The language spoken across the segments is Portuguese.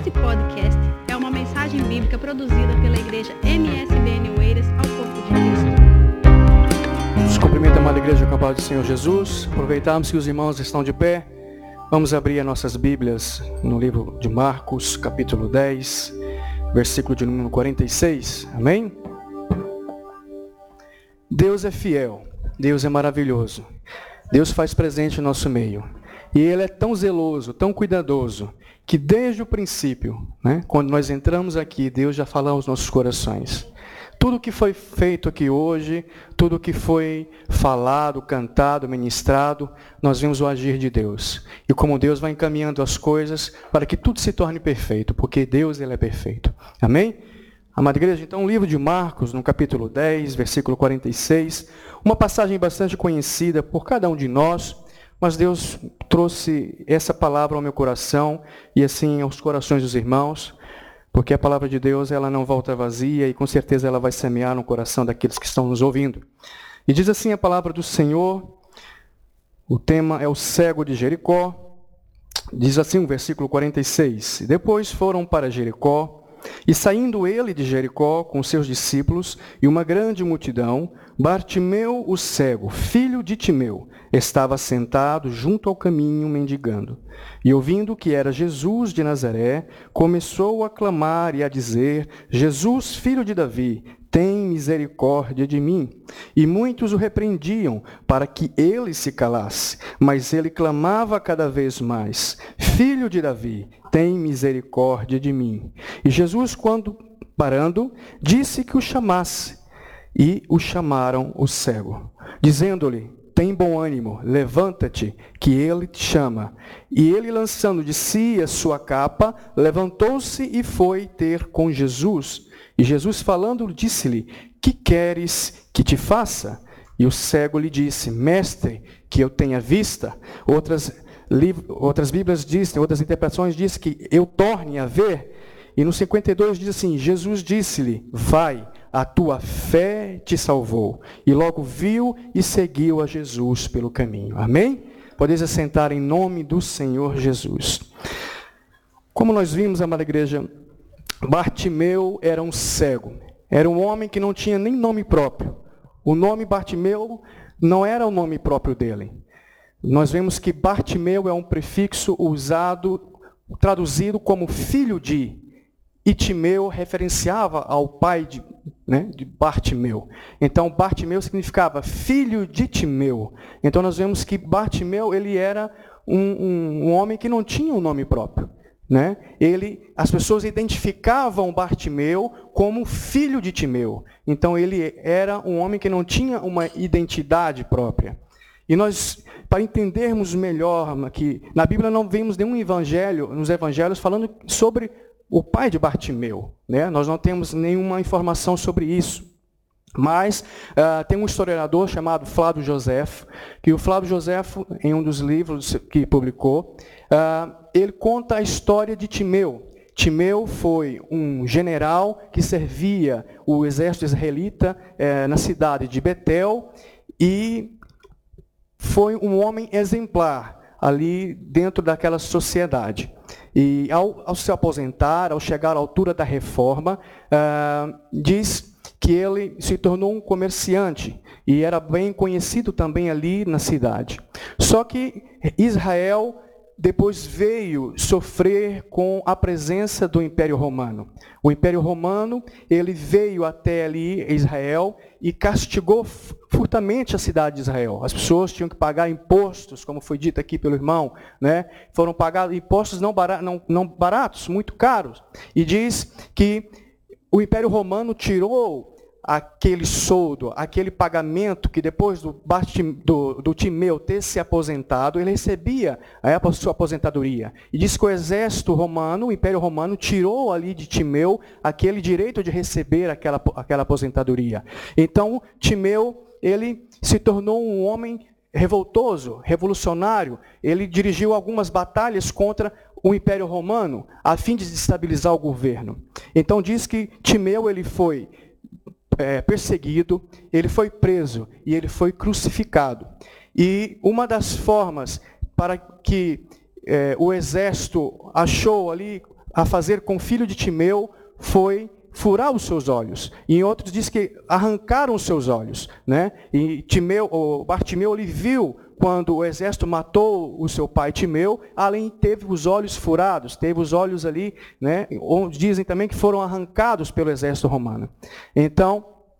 Este podcast é uma mensagem bíblica produzida pela igreja MSBN Oeiras ao Corpo de Cristo. Nos cumprimenta, amada igreja, com a paz do Senhor Jesus. Aproveitamos que os irmãos estão de pé. Vamos abrir as nossas Bíblias no livro de Marcos, capítulo 10, versículo de número 46. Amém? Deus é fiel, Deus é maravilhoso. Deus faz presente no nosso meio. E Ele é tão zeloso, tão cuidadoso, que desde o princípio, quando nós entramos aqui, Deus já fala aos nossos corações. Tudo que foi feito aqui hoje, tudo que foi falado, cantado, ministrado, nós vimos o agir de Deus. E como Deus vai encaminhando as coisas para que tudo se torne perfeito, porque Deus, Ele é perfeito. Amém? Amada igreja, então o livro de Marcos, no capítulo 10, versículo 46, uma passagem bastante conhecida por cada um de nós, mas Deus trouxe essa palavra ao meu coração e assim aos corações dos irmãos, porque a palavra de Deus ela não volta vazia e com certeza ela vai semear no coração daqueles que estão nos ouvindo. E diz assim a palavra do Senhor, o tema é o cego de Jericó, diz assim o versículo 46, depois foram para Jericó, e saindo ele de Jericó com seus discípulos e uma grande multidão, Bartimeu o cego, filho de Timeu, estava sentado junto ao caminho mendigando. E ouvindo que era Jesus de Nazaré, começou a clamar e a dizer, Jesus, filho de Davi, tem misericórdia de mim. E muitos o repreendiam para que ele se calasse, mas ele clamava cada vez mais, Filho de Davi, tem misericórdia de mim. E Jesus, quando parando, disse que o chamasse, e o chamaram o cego, dizendo-lhe, tem bom ânimo, levanta-te, que ele te chama. E ele, lançando de si a sua capa, levantou-se e foi ter com Jesus. E Jesus, falando, disse-lhe, que queres que te faça? E o cego lhe disse, mestre, que eu tenha vista. Outras Bíblias dizem, outras interpretações dizem que eu torne a ver. E no 52 diz assim, Jesus disse-lhe, vai, a tua fé te salvou. E logo viu e seguiu a Jesus pelo caminho. Amém? Podeis assentar em nome do Senhor Jesus. Como nós vimos, amada igreja, Bartimeu era um cego. Era um homem que não tinha nem nome próprio. O nome Bartimeu não era o nome próprio dele. Nós vemos que Bartimeu é um prefixo usado, traduzido como filho de, e Timeu referenciava ao pai de Bartimeu. Então, Bartimeu significava filho de Timeu. Então, nós vemos que Bartimeu ele era um homem que não tinha um nome próprio. As pessoas identificavam Bartimeu como filho de Timeu. Então, ele era um homem que não tinha uma identidade própria. E nós, para entendermos melhor, que na Bíblia não vemos nenhum evangelho, nos evangelhos, falando sobre o pai de Bartimeu. Nós não temos nenhuma informação sobre isso. Mas tem um historiador chamado Flávio Joséfo, que o Flávio Joséfo, em um dos livros que publicou, ele conta a história de Timeu. Timeu foi um general que servia o exército israelita na cidade de Betel e foi um homem exemplar ali dentro daquela sociedade. E ao se aposentar, ao chegar à altura da reforma, diz que ele se tornou um comerciante e era bem conhecido também ali na cidade. Só que Israel depois veio sofrer com a presença do Império Romano. O Império Romano, ele veio até ali, Israel, e castigou fortemente a cidade de Israel. As pessoas tinham que pagar impostos, como foi dito aqui pelo irmão, Foram pagados impostos não baratos, muito caros. E diz que o Império Romano tirou aquele soldo, aquele pagamento que depois do Timeu ter se aposentado, ele recebia a sua aposentadoria. E diz que o exército romano, o Império Romano, tirou ali de Timeu aquele direito de receber aquela aposentadoria. Então, Timeu, ele se tornou um homem revoltoso, revolucionário. Ele dirigiu algumas batalhas contra o Império Romano, a fim de desestabilizar o governo. Então, diz que Timeu, ele foi perseguido, ele foi preso e ele foi crucificado. E uma das formas para que o exército achou ali a fazer com o filho de Timeu foi furar os seus olhos. E em outros diz que arrancaram os seus olhos, né? E Bartimeu, ele viu quando o exército matou o seu pai Timeu, além teve os olhos furados, teve os olhos ali, né? Dizem também que foram arrancados pelo exército romano. Então,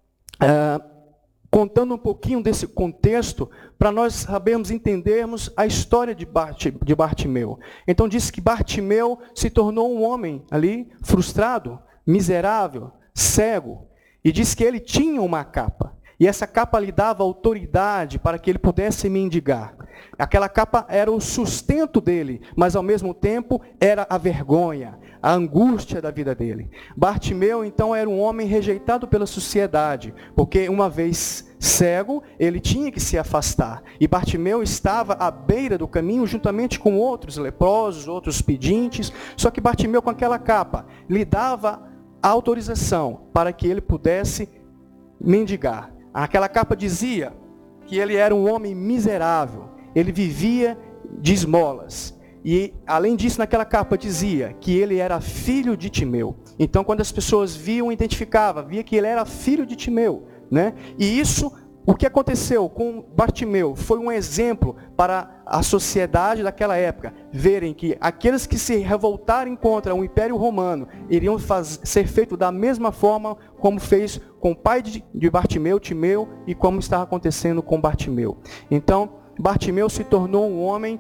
contando um pouquinho desse contexto, para nós sabermos, entendermos a história de Bartimeu. Então diz que Bartimeu se tornou um homem ali, frustrado, miserável, cego, e diz que ele tinha uma capa, e essa capa lhe dava autoridade para que ele pudesse mendigar. Aquela capa era o sustento dele, mas ao mesmo tempo era a vergonha, a angústia da vida dele. Bartimeu então era um homem rejeitado pela sociedade, porque uma vez cego, ele tinha que se afastar. E Bartimeu estava à beira do caminho, juntamente com outros leprosos, outros pedintes, só que Bartimeu com aquela capa lhe dava a autorização para que ele pudesse mendigar. Aquela capa dizia que ele era um homem miserável, ele vivia de esmolas. E, além disso, naquela capa dizia que ele era filho de Timeu. Então, quando as pessoas viam, identificavam, via que ele era filho de Timeu, né? E isso, o que aconteceu com Bartimeu, foi um exemplo para a sociedade daquela época, verem que aqueles que se revoltarem contra o Império Romano, iriam ser feito da mesma forma como fez com o pai de Bartimeu, Timeu, e como estava acontecendo com Bartimeu. Então, Bartimeu se tornou um homem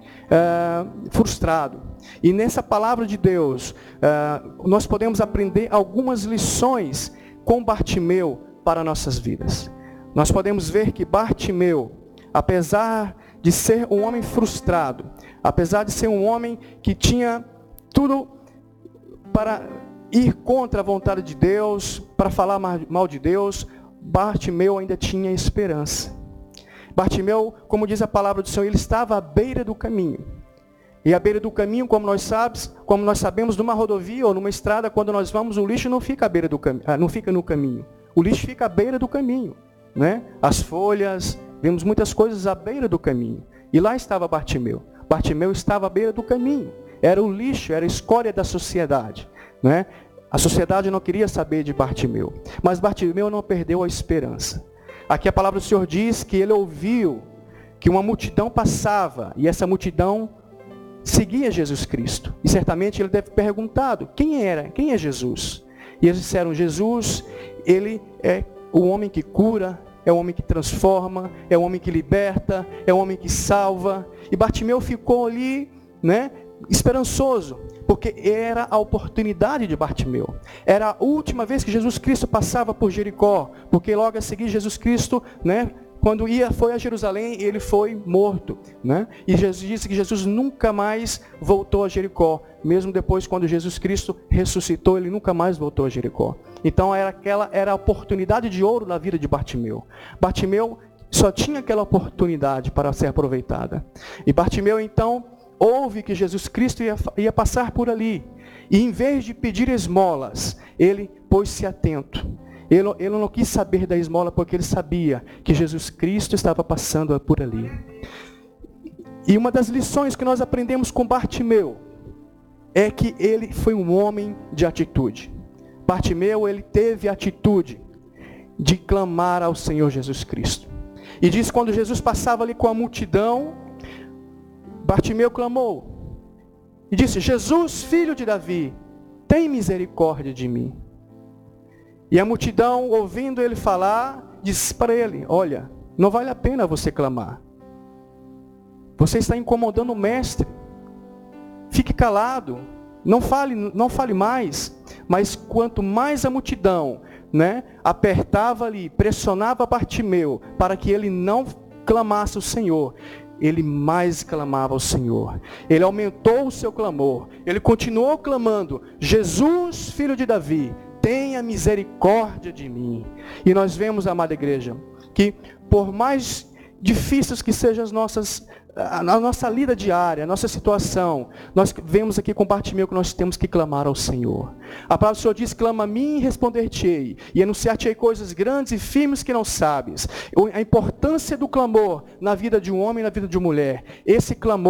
frustrado. E nessa palavra de Deus, nós podemos aprender algumas lições com Bartimeu para nossas vidas. Nós podemos ver que Bartimeu, apesar de ser um homem frustrado, apesar de ser um homem que tinha tudo para ir contra a vontade de Deus, para falar mal de Deus, Bartimeu ainda tinha esperança. Bartimeu, como diz a palavra do Senhor, ele estava à beira do caminho. E à beira do caminho, como nós sabemos, numa rodovia ou numa estrada, quando nós vamos, o lixo não fica à beira do não fica no caminho. O lixo fica à beira do caminho, né? As folhas, vemos muitas coisas à beira do caminho. E lá estava Bartimeu. Bartimeu estava à beira do caminho. Era o lixo, era a escória da sociedade, né? A sociedade não queria saber de Bartimeu. Mas Bartimeu não perdeu a esperança. Aqui a palavra do Senhor diz que ele ouviu que uma multidão passava, e essa multidão seguia Jesus Cristo. E certamente ele deve ter perguntado, quem é Jesus? E eles disseram, Jesus, ele é o homem que cura, é o homem que transforma, é o homem que liberta, é o homem que salva. E Bartimeu ficou ali, né, esperançoso, porque era a oportunidade de Bartimeu. Era a última vez que Jesus Cristo passava por Jericó, porque logo a seguir Jesus Cristo, né, quando foi a Jerusalém, ele foi morto, né? E Jesus disse que Jesus nunca mais voltou a Jericó. Mesmo depois, quando Jesus Cristo ressuscitou, ele nunca mais voltou a Jericó. Então era a oportunidade de ouro na vida de Bartimeu. Bartimeu só tinha aquela oportunidade para ser aproveitada. E Bartimeu então ouve que Jesus Cristo ia passar por ali. E em vez de pedir esmolas, ele pôs-se atento. Ele não quis saber da esmola porque ele sabia que Jesus Cristo estava passando por ali. E uma das lições que nós aprendemos com Bartimeu é que ele foi um homem de atitude. Bartimeu, ele teve a atitude de clamar ao Senhor Jesus Cristo. E diz quando Jesus passava ali com a multidão, Bartimeu clamou e disse, Jesus, filho de Davi, tem misericórdia de mim. E a multidão, ouvindo ele falar, disse para ele, olha, não vale a pena você clamar. Você está incomodando o mestre. Fique calado, não fale mais. Mas quanto mais a multidão, né, apertava ali, pressionava Bartimeu para que ele não clamasse o Senhor, ele mais clamava ao Senhor. Ele aumentou o seu clamor. Ele continuou clamando, Jesus, filho de Davi, tenha misericórdia de mim. E nós vemos, amada igreja, que por mais difíceis que sejam a nossa lida diária, a nossa situação, nós vemos aqui com Bartimeu que nós temos que clamar ao Senhor. A palavra do Senhor diz, clama a mim e responder-te-ei, e anunciar-te-ei coisas grandes e firmes que não sabes. A importância do clamor na vida de um homem e na vida de uma mulher, esse clamor,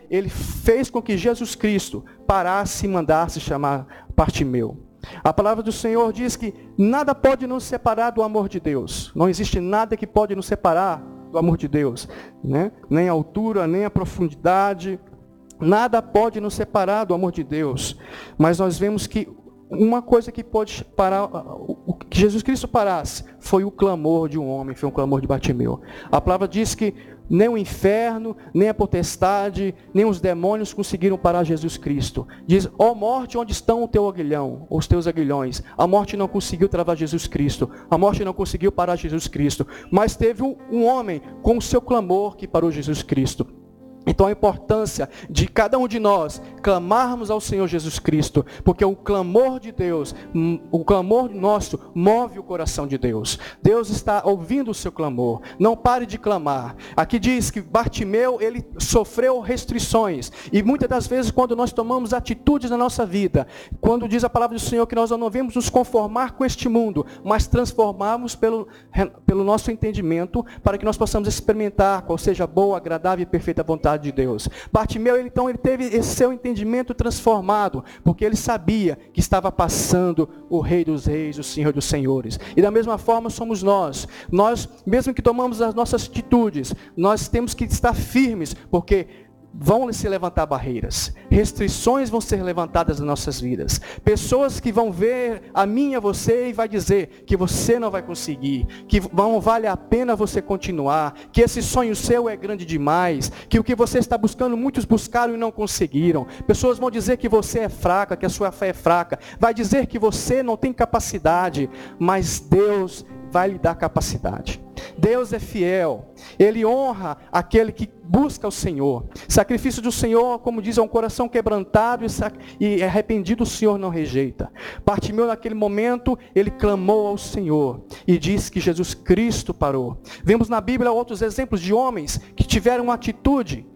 ele fez com que Jesus Cristo parasse e mandasse chamar Bartimeu. A palavra do Senhor diz que nada pode nos separar do amor de Deus. Não existe nada que pode nos separar do amor de Deus, né? Nem a altura, nem a profundidade, nada pode nos separar do amor de Deus. Mas nós vemos que uma coisa que pode parar, o que Jesus Cristo parasse, foi o clamor de um homem, foi um clamor de Bartimeu. A palavra diz que nem o inferno, nem a potestade, nem os demônios conseguiram parar Jesus Cristo. Diz, ó morte, onde estão o teu aguilhão, os teus aguilhões? A morte não conseguiu travar Jesus Cristo. A morte não conseguiu parar Jesus Cristo. Mas teve um homem com o seu clamor que parou Jesus Cristo. Então a importância de cada um de nós clamarmos ao Senhor Jesus Cristo, porque o clamor de Deus, o clamor nosso move o coração de Deus. Deus está ouvindo o seu clamor. Não pare de clamar. Aqui diz que Bartimeu, ele sofreu restrições. E muitas das vezes quando nós tomamos atitudes na nossa vida, quando diz a palavra do Senhor que nós não devemos nos conformar com este mundo, mas transformarmos pelo nosso entendimento, para que nós possamos experimentar qual seja a boa, agradável e perfeita vontade de Deus. Bartimeu, ele teve esse seu entendimento transformado, porque ele sabia que estava passando o Rei dos Reis, o Senhor dos Senhores. E da mesma forma somos nós. Nós, mesmo que tomamos as nossas atitudes, nós temos que estar firmes, porque vão se levantar barreiras, restrições vão ser levantadas nas nossas vidas, pessoas que vão ver a mim e a você e vai dizer que você não vai conseguir, que não vale a pena você continuar, que esse sonho seu é grande demais, que o que você está buscando, muitos buscaram e não conseguiram. Pessoas vão dizer que você é fraca, que a sua fé é fraca, vai dizer que você não tem capacidade, mas Deus vai lhe dar capacidade. Deus é fiel, Ele honra aquele que busca o Senhor. Sacrifício do Senhor, como diz, é um coração quebrantado e arrependido o Senhor não rejeita. Bartimeu naquele momento, ele clamou ao Senhor e disse que Jesus Cristo parou. Vemos na Bíblia outros exemplos de homens que tiveram uma atitude,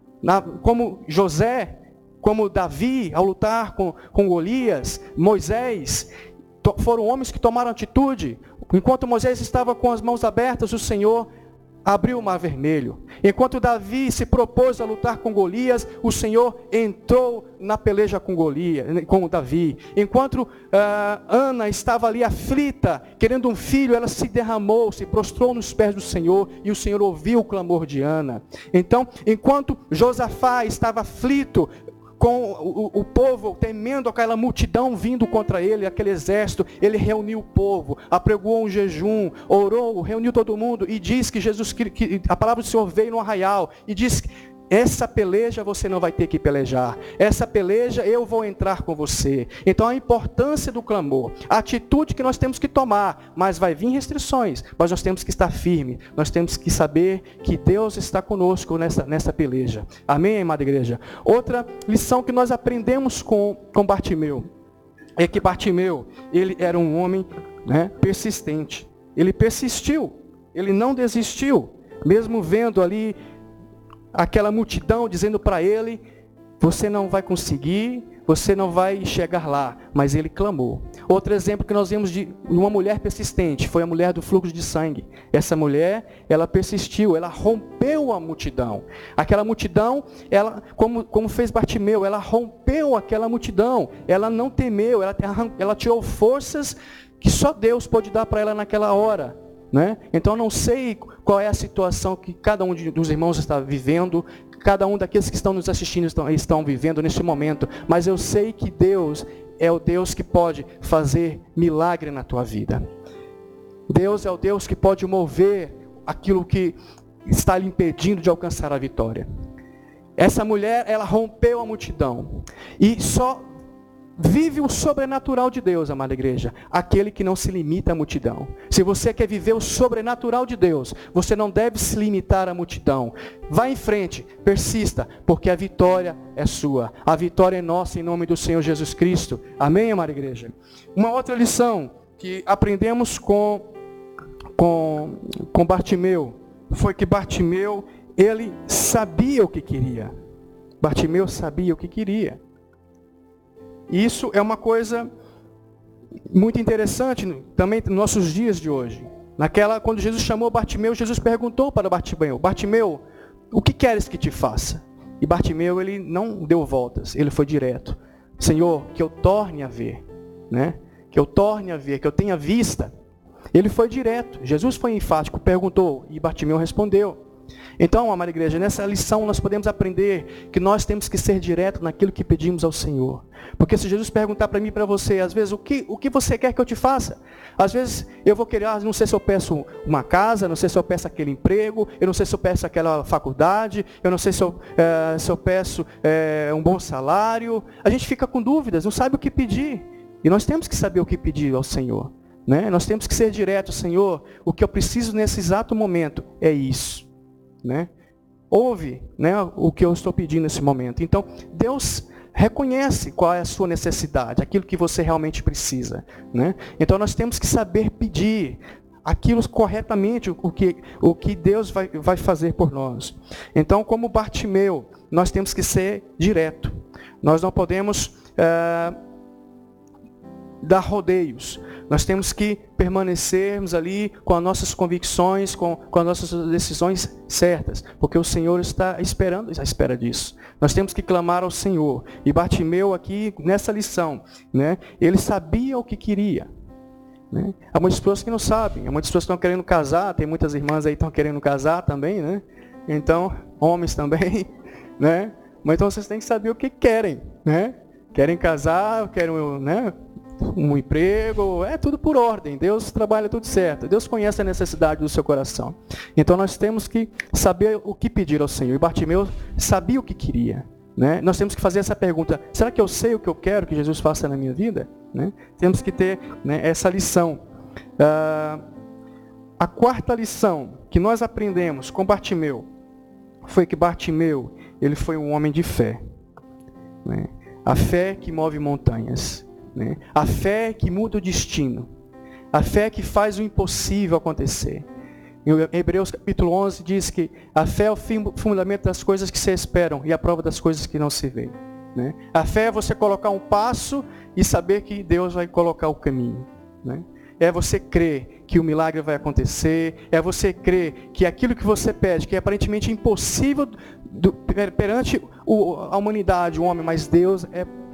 como José, como Davi, ao lutar com Golias, Moisés. Foram homens que tomaram atitude. Enquanto Moisés estava com as mãos abertas, o Senhor abriu o mar vermelho. Enquanto Davi se propôs a lutar com Golias, o Senhor entrou na peleja com Davi. Enquanto Ana estava ali aflita, querendo um filho, ela se derramou, se prostrou nos pés do Senhor, e o Senhor ouviu o clamor de Ana. Então, enquanto Josafá estava aflito, com o povo temendo aquela multidão vindo contra ele, aquele exército, ele reuniu o povo, apregoou um jejum, orou, reuniu todo mundo e diz que que a palavra do Senhor veio no arraial e diz que essa peleja você não vai ter que pelejar. Essa peleja eu vou entrar com você. Então a importância do clamor, a atitude que nós temos que tomar, mas vai vir restrições, mas nós temos que estar firmes, nós temos que saber que Deus está conosco nessa peleja. Amém, amada igreja? Outra lição que nós aprendemos com Bartimeu, é que Bartimeu, ele era um homem, persistente. Ele persistiu, ele não desistiu, mesmo vendo ali aquela multidão dizendo para ele, você não vai conseguir, você não vai chegar lá, mas ele clamou. Outro exemplo que nós vimos de uma mulher persistente, foi a mulher do fluxo de sangue. Essa mulher, ela persistiu, ela rompeu a multidão. Aquela multidão, ela, como fez Bartimeu, ela rompeu aquela multidão, ela não temeu, ela tirou forças que só Deus pode dar para ela naquela hora. Então eu não sei qual é a situação que cada um dos irmãos está vivendo, cada um daqueles que estão nos assistindo estão vivendo neste momento, mas eu sei que Deus é o Deus que pode fazer milagre na tua vida. Deus é o Deus que pode mover aquilo que está lhe impedindo de alcançar a vitória. Essa mulher, ela rompeu a multidão e só vive o sobrenatural de Deus, amada igreja, aquele que não se limita à multidão. Se você quer viver o sobrenatural de Deus, você não deve se limitar à multidão. Vá em frente, persista, porque a vitória é sua. A vitória é nossa em nome do Senhor Jesus Cristo. Amém, amada igreja? Uma outra lição que aprendemos com Bartimeu, foi que Bartimeu, ele sabia o que queria. Bartimeu sabia o que queria. Isso é uma coisa muito interessante também nos nossos dias de hoje. Quando Jesus chamou Bartimeu, Jesus perguntou para Bartimeu, Bartimeu, o que queres que te faça? E Bartimeu, ele não deu voltas, ele foi direto. Senhor, que eu torne a ver, né? Que eu torne a ver, que eu tenha vista. Ele foi direto. Jesus foi enfático, perguntou e Bartimeu respondeu. Então, amada igreja, nessa lição nós podemos aprender que nós temos que ser direto naquilo que pedimos ao Senhor. Porque se Jesus perguntar para mim e para você, às vezes, o que você quer que eu te faça? Às vezes eu vou querer, não sei se eu peço uma casa, não sei se eu peço aquele emprego, eu não sei se eu peço aquela faculdade, eu não sei se eu peço um bom salário. A gente fica com dúvidas, não sabe o que pedir. E nós temos que saber o que pedir ao Senhor. Né? Nós temos que ser diretos, Senhor, o que eu preciso nesse exato momento é isso. Né? Ouve, né, o que eu estou pedindo nesse momento. Então, Deus reconhece qual é a sua necessidade, aquilo que você realmente precisa. Né? Então, nós temos que saber pedir aquilo corretamente, o que Deus vai fazer por nós. Então, como Bartimeu, nós temos que ser direto. Nós não podemos dar rodeios. Nós temos que permanecermos ali com as nossas convicções, com as nossas decisões certas, porque o Senhor está esperando à espera disso. Nós temos que clamar ao Senhor. E Bartimeu aqui, nessa lição, né, ele sabia o que queria. Né? Há muitas pessoas que não sabem, há muitas pessoas que estão querendo casar, tem muitas irmãs aí que estão querendo casar também, né? Então, homens também, né? Mas então vocês têm que saber o que querem, né? Querem casar, querem, né, um emprego, é tudo por ordem. Deus trabalha tudo certo. Deus conhece a necessidade do seu coração. Então nós temos que saber o que pedir ao Senhor. E Bartimeu sabia o que queria. Né? Nós temos que fazer essa pergunta: será que eu sei o que eu quero que Jesus faça na minha vida? Né? Temos que ter, né, essa lição. A quarta lição que nós aprendemos com Bartimeu foi que Bartimeu, ele foi um homem de fé. Né? A fé que move montanhas. Né? A fé que muda o destino. A fé que faz o impossível acontecer. Em Hebreus capítulo 11 diz que a fé é o fundamento das coisas que se esperam e a prova das coisas que não se veem. Né? A fé é você colocar um passo e saber que Deus vai colocar o caminho. Né? É você crer que o milagre vai acontecer. É você crer que aquilo que você pede, que é aparentemente impossível perante a humanidade, o homem, mas Deus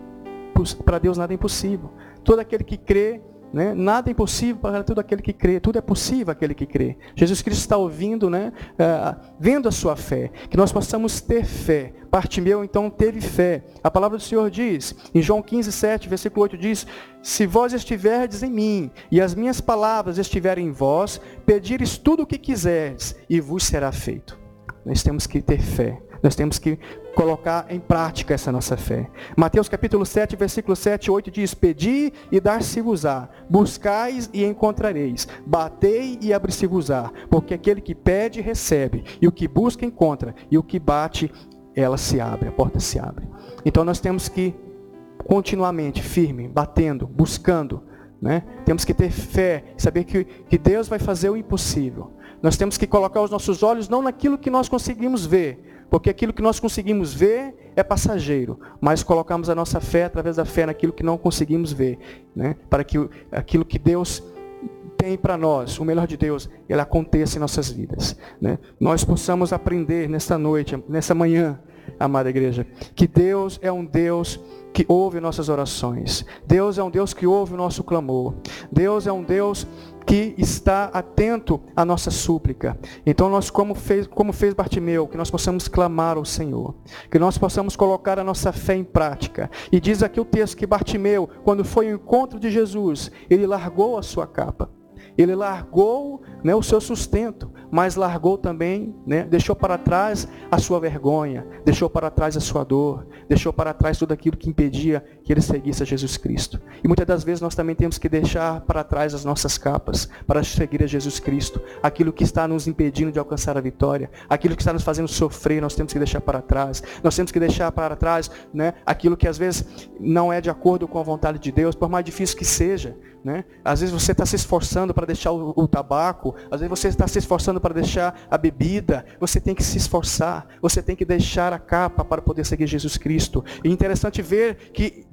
para Deus nada é impossível. Todo aquele que crê, né, nada é impossível para todo aquele que crê. Tudo é possível aquele que crê. Jesus Cristo está ouvindo, né, vendo a sua fé. Que nós possamos ter fé. Bartimeu então teve fé. A palavra do Senhor diz, em João 15, 7, versículo 8 diz: se vós estiverdes em mim, e as minhas palavras estiverem em vós, pedires tudo o que quiserdes, e vos será feito. Nós temos que ter fé. Nós temos que colocar em prática essa nossa fé. Mateus capítulo 7, versículo 7 e 8 diz: pedi e dar-se-vos-á, buscais e encontrareis, batei e abri-se-vos-á, porque aquele que pede recebe, e o que busca encontra, e o que bate, ela se abre, a porta se abre. Então nós temos que continuamente, firme, batendo, buscando, né? Temos que ter fé, saber que Deus vai fazer o impossível. Nós temos que colocar os nossos olhos não naquilo que nós conseguimos ver, porque aquilo que nós conseguimos ver é passageiro, mas colocamos a nossa fé através da fé naquilo que não conseguimos ver, né? Para que aquilo que Deus tem para nós, o melhor de Deus, ele aconteça em nossas vidas, né? Nós possamos aprender nesta noite, nessa manhã, amada igreja, que Deus é um Deus que ouve nossas orações. Deus é um Deus que ouve o nosso clamor. Deus é um Deus que está atento à nossa súplica. Então nós, como fez Bartimeu, que nós possamos clamar ao Senhor, que nós possamos colocar a nossa fé em prática. E diz aqui o texto que Bartimeu, quando foi ao encontro de Jesus, ele largou a sua capa. Ele largou, né, o seu sustento, mas largou também, né, deixou para trás a sua vergonha, deixou para trás a sua dor, deixou para trás tudo aquilo que impedia que ele seguisse a Jesus Cristo. E muitas das vezes nós também temos que deixar para trás as nossas capas para seguir a Jesus Cristo. Aquilo que está nos impedindo de alcançar a vitória, aquilo que está nos fazendo sofrer, nós temos que deixar para trás. Nós temos que deixar para trás, né, aquilo que às vezes não é de acordo com a vontade de Deus, por mais difícil que seja. Né? Às vezes você está se esforçando para deixar o tabaco, às vezes você está se esforçando para deixar a bebida. Você tem que se esforçar, você tem que deixar a capa para poder seguir Jesus Cristo. E é interessante ver que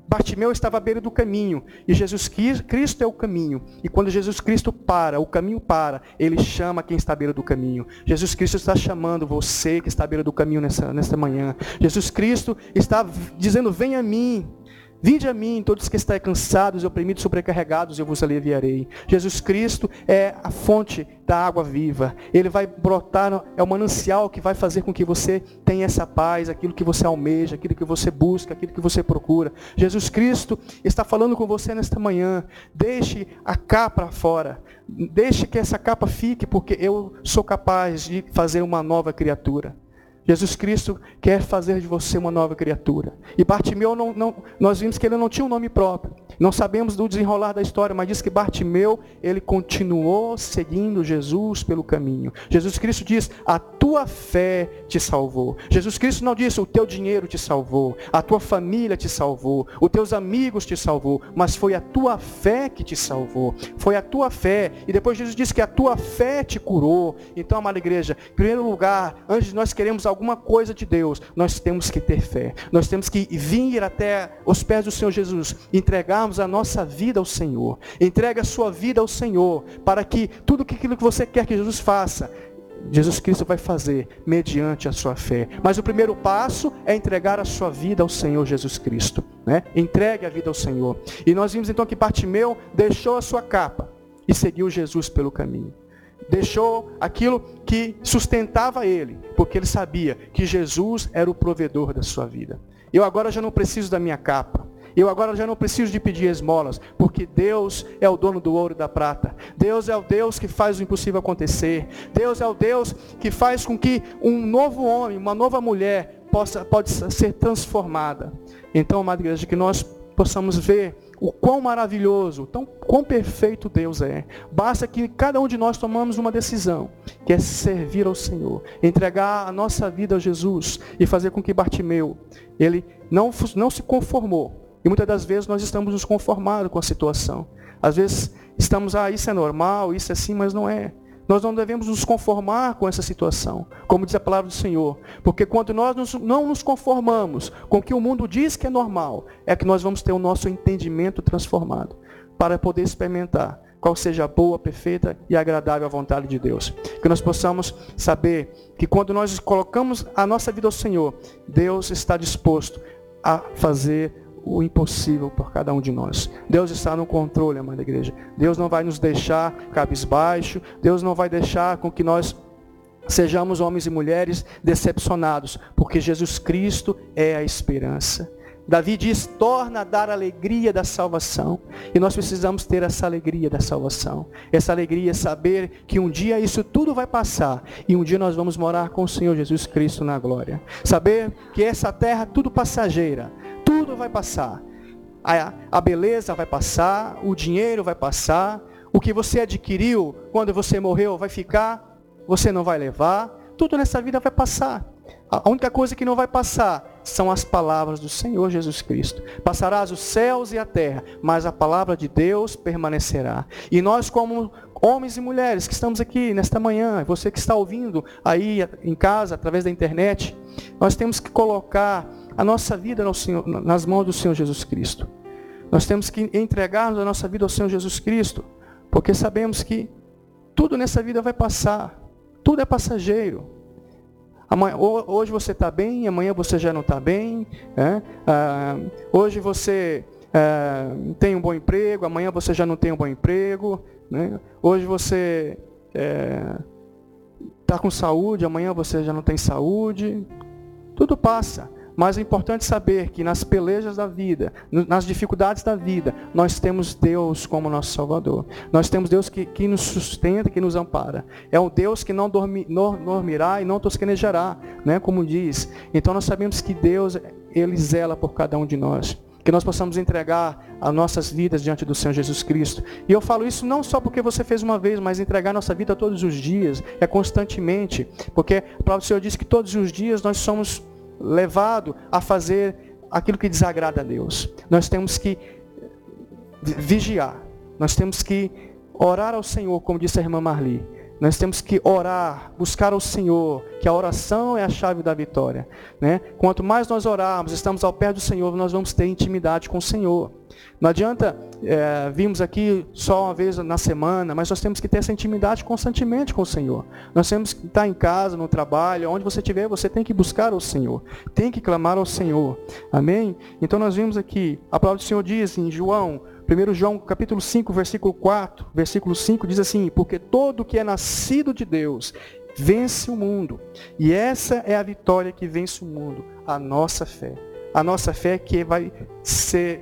Bartimeu estava à beira do caminho, e Jesus Cristo é o caminho. E quando Jesus Cristo para, o caminho para, ele chama quem está à beira do caminho. Jesus Cristo está chamando você que está à beira do caminho nesta manhã. Jesus Cristo está dizendo, venha a mim. Vinde a mim, todos que estáis cansados e oprimidos, sobrecarregados, eu vos aliviarei. Jesus Cristo é a fonte da água viva. Ele vai brotar, é o manancial que vai fazer com que você tenha essa paz, aquilo que você almeja, aquilo que você busca, aquilo que você procura. Jesus Cristo está falando com você nesta manhã. Deixe a capa fora. Deixe que essa capa fique, porque eu sou capaz de fazer uma nova criatura. Jesus Cristo quer fazer de você uma nova criatura. E Bartimeu, nós vimos que ele não tinha um nome próprio. Não sabemos do desenrolar da história, mas diz que Bartimeu, ele continuou seguindo Jesus pelo caminho. Jesus Cristo diz, a tua fé te salvou. Jesus Cristo não disse, o teu dinheiro te salvou, a tua família te salvou, os teus amigos te salvou, mas foi a tua fé que te salvou. Foi a tua fé. E depois Jesus disse que a tua fé te curou. Então, amada igreja, em primeiro lugar, antes de nós queremos alguma coisa de Deus, nós temos que ter fé. Nós temos que vir até os pés do Senhor Jesus, entregarmos a nossa vida ao Senhor. Entregue a sua vida ao Senhor, para que tudo aquilo que você quer que Jesus faça, Jesus Cristo vai fazer mediante a sua fé. Mas o primeiro passo é entregar a sua vida ao Senhor Jesus Cristo, né? Entregue a vida ao Senhor. E nós vimos então que Bartimeu deixou a sua capa e seguiu Jesus pelo caminho. Deixou aquilo que sustentava ele, porque ele sabia que Jesus era o provedor da sua vida. Eu agora já não preciso da minha capa. Eu agora já não preciso de pedir esmolas, porque Deus é o dono do ouro e da prata. Deus é o Deus que faz o impossível acontecer. Deus é o Deus que faz com que um novo homem, uma nova mulher pode ser transformada. Então, amada igreja, que nós possamos ver o quão maravilhoso, quão perfeito Deus é. Basta que cada um de nós tomamos uma decisão, que é servir ao Senhor, entregar a nossa vida a Jesus e fazer com que Bartimeu, ele não se conformou. E muitas das vezes nós estamos nos conformando com a situação. Às vezes estamos, isso é normal, isso é assim, mas não é. Nós não devemos nos conformar com essa situação, como diz a palavra do Senhor. Porque quando nós não nos conformamos com o que o mundo diz que é normal, é que nós vamos ter o nosso entendimento transformado, para poder experimentar qual seja a boa, perfeita e agradável a vontade de Deus. Que nós possamos saber que quando nós colocamos a nossa vida ao Senhor, Deus está disposto a fazer o impossível por cada um de nós. Deus está no controle, amada igreja. Deus não vai nos deixar cabisbaixo. Deus não vai deixar com que nós sejamos homens e mulheres decepcionados, porque Jesus Cristo é a esperança. Davi diz, torna a dar a alegria da salvação. E nós precisamos ter essa alegria da salvação. Essa alegria é saber que um dia isso tudo vai passar. E um dia nós vamos morar com o Senhor Jesus Cristo na glória. Saber que essa terra é tudo passageira. Tudo vai passar. A beleza vai passar, o dinheiro vai passar, o que você adquiriu quando você morreu vai ficar, você não vai levar, tudo nessa vida vai passar. A única coisa que não vai passar são as palavras do Senhor Jesus Cristo. Passarás os céus e a terra, mas a palavra de Deus permanecerá. E nós, como homens e mulheres que estamos aqui nesta manhã, você que está ouvindo aí em casa, através da internet, nós temos que colocar a nossa vida nas mãos do Senhor Jesus Cristo. Nós temos que entregarmos a nossa vida ao Senhor Jesus Cristo, porque sabemos que tudo nessa vida vai passar, tudo é passageiro. Hoje você está bem, amanhã você já não está bem. Hoje você tem um bom emprego, amanhã você já não tem um bom emprego. Né? Hoje você está com saúde, amanhã você já não tem saúde. Tudo passa. Mas é importante saber que nas pelejas da vida, nas dificuldades da vida, nós temos Deus como nosso Salvador. Nós temos Deus que nos sustenta, que nos ampara. É um Deus que não dormirá e não tosquenejará, né? Como diz. Então nós sabemos que Deus, Ele zela por cada um de nós. Que nós possamos entregar as nossas vidas diante do Senhor Jesus Cristo. E eu falo isso não só porque você fez uma vez, mas entregar nossa vida todos os dias, constantemente. Porque a palavra do Senhor diz que todos os dias nós somos levado a fazer aquilo que desagrada a Deus. Nós temos que vigiar. Nós temos que orar ao Senhor, como disse a irmã Marli. Nós temos que orar, buscar o Senhor, que a oração é a chave da vitória, né? Quanto mais nós orarmos, estamos ao pé do Senhor, nós vamos ter intimidade com o Senhor. Não adianta virmos aqui só uma vez na semana, mas nós temos que ter essa intimidade constantemente com o Senhor. Nós temos que estar em casa, no trabalho, onde você estiver, você tem que buscar o Senhor, tem que clamar ao Senhor. Amém? Então nós vimos aqui, a palavra do Senhor diz em João, 1 João capítulo 5, versículo 4, versículo 5, diz assim: porque todo que é nascido de Deus vence o mundo. E essa é a vitória que vence o mundo, a nossa fé. A nossa fé que vai ser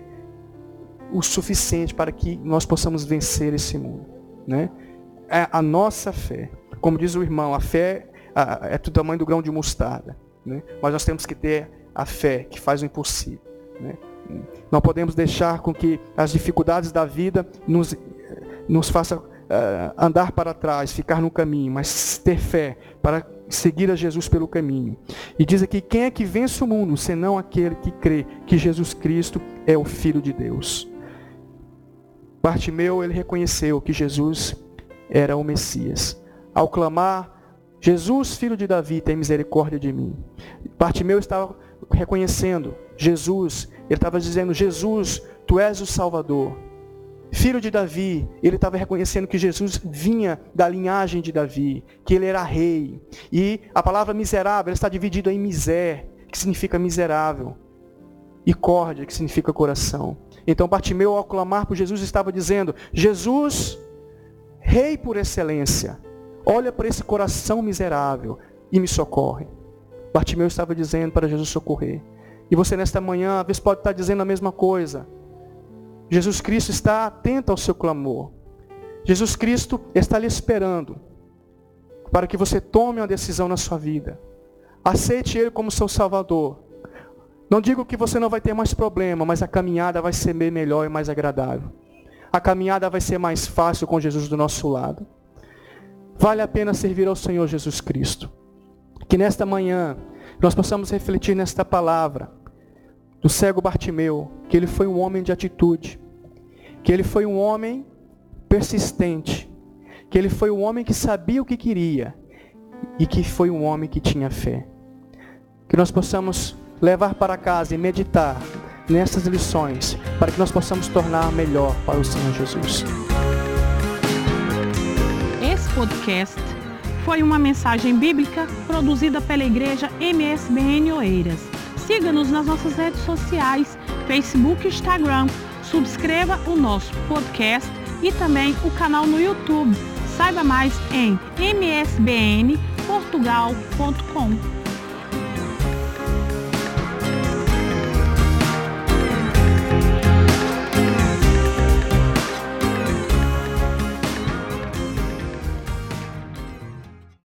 o suficiente para que nós possamos vencer esse mundo, né? É a nossa fé. Como diz o irmão, a fé é do tamanho do grão de mostarda, né? Mas nós temos que ter a fé que faz o impossível, né? Não podemos deixar com que as dificuldades da vida nos façam andar para trás, ficar no caminho, mas ter fé para seguir a Jesus pelo caminho. E diz aqui: quem é que vence o mundo, senão aquele que crê que Jesus Cristo é o Filho de Deus. Bartimeu, ele reconheceu que Jesus era o Messias. Ao clamar: Jesus, filho de Davi, tem misericórdia de mim. Bartimeu estava reconhecendo Jesus, ele estava dizendo: Jesus, tu és o Salvador. Filho de Davi, ele estava reconhecendo que Jesus vinha da linhagem de Davi, que ele era rei. E a palavra miserável está dividida em miser, que significa miserável, e córdia, que significa coração. Então Bartimeu, ao clamar por Jesus, estava dizendo: Jesus, rei por excelência, olha para esse coração miserável e me socorre. Bartimeu estava dizendo para Jesus socorrer. E você nesta manhã, às vezes pode estar dizendo a mesma coisa. Jesus Cristo está atento ao seu clamor. Jesus Cristo está lhe esperando para que você tome uma decisão na sua vida. Aceite Ele como seu Salvador. Não digo que você não vai ter mais problema, mas a caminhada vai ser bem melhor e mais agradável. A caminhada vai ser mais fácil com Jesus do nosso lado. Vale a pena servir ao Senhor Jesus Cristo. Que nesta manhã nós possamos refletir nesta palavra do cego Bartimeu, que ele foi um homem de atitude, que ele foi um homem persistente, que ele foi um homem que sabia o que queria e que foi um homem que tinha fé. Que nós possamos levar para casa e meditar nessas lições, para que nós possamos tornar melhor para o Senhor Jesus. Esse podcast foi uma mensagem bíblica produzida pela Igreja MSBN Oeiras. Siga-nos nas nossas redes sociais, Facebook e Instagram. Subscreva o nosso podcast e também o canal no YouTube. Saiba mais em msbnportugal.com.